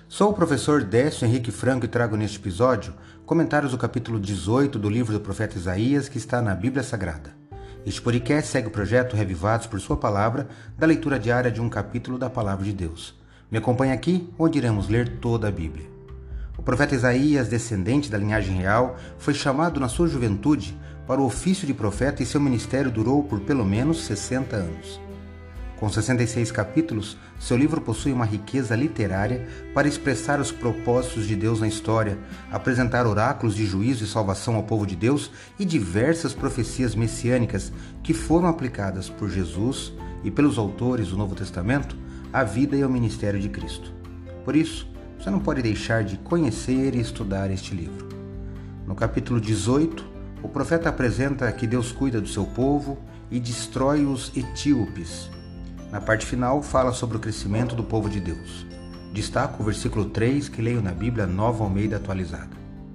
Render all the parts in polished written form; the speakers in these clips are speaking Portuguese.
Sou o professor Décio Henrique Franco e trago neste episódio comentários do capítulo 18 do livro do profeta Isaías, que está na Bíblia Sagrada. Este podcast segue o projeto Revivados por Sua Palavra, da leitura diária de um capítulo da Palavra de Deus. Me acompanhe aqui, onde iremos ler toda a Bíblia. O profeta Isaías, descendente da linhagem real, foi chamado na sua juventude para o ofício de profeta e seu ministério durou por pelo menos 60 anos. Com 66 capítulos, seu livro possui uma riqueza literária para expressar os propósitos de Deus na história, apresentar oráculos de juízo e salvação ao povo de Deus e diversas profecias messiânicas que foram aplicadas por Jesus e pelos autores do Novo Testamento à vida e ao ministério de Cristo. Por isso, você não pode deixar de conhecer e estudar este livro. No capítulo 18, o profeta apresenta que Deus cuida do seu povo e destrói os etíopes. Na parte final, fala sobre o crescimento do povo de Deus. Destaco o versículo 3 que leio na Bíblia Nova Almeida Atualizada.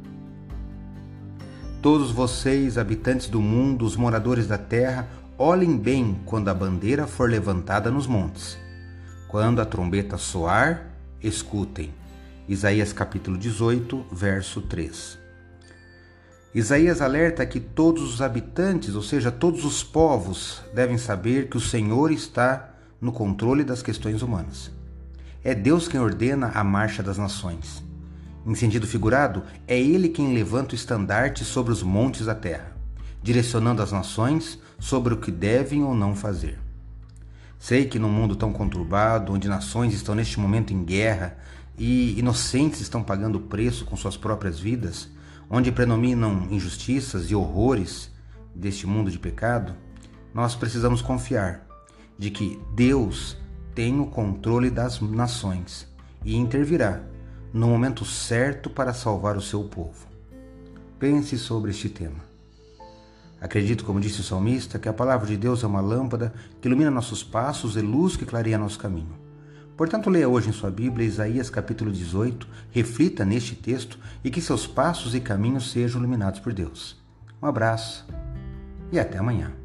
Todos vocês, habitantes do mundo, os moradores da terra, olhem bem quando a bandeira for levantada nos montes. Quando a trombeta soar, escutem. Isaías capítulo 18, verso 3. Isaías alerta que todos os habitantes, ou seja, todos os povos, devem saber que o Senhor está no controle das questões humanas. É Deus quem ordena a marcha das nações. Em sentido figurado, é Ele quem levanta o estandarte sobre os montes da terra, direcionando as nações sobre o que devem ou não fazer. Sei que num mundo tão conturbado, onde nações estão neste momento em guerra e inocentes estão pagando o preço com suas próprias vidas, onde predominam injustiças e horrores deste mundo de pecado, nós precisamos confiar de que Deus tem o controle das nações e intervirá no momento certo para salvar o seu povo. Pense sobre este tema. Acredito, como disse o salmista, que a palavra de Deus é uma lâmpada que ilumina nossos passos e luz que clareia nosso caminho. Portanto, leia hoje em sua Bíblia Isaías capítulo 18, reflita neste texto e que seus passos e caminhos sejam iluminados por Deus. Um abraço e até amanhã.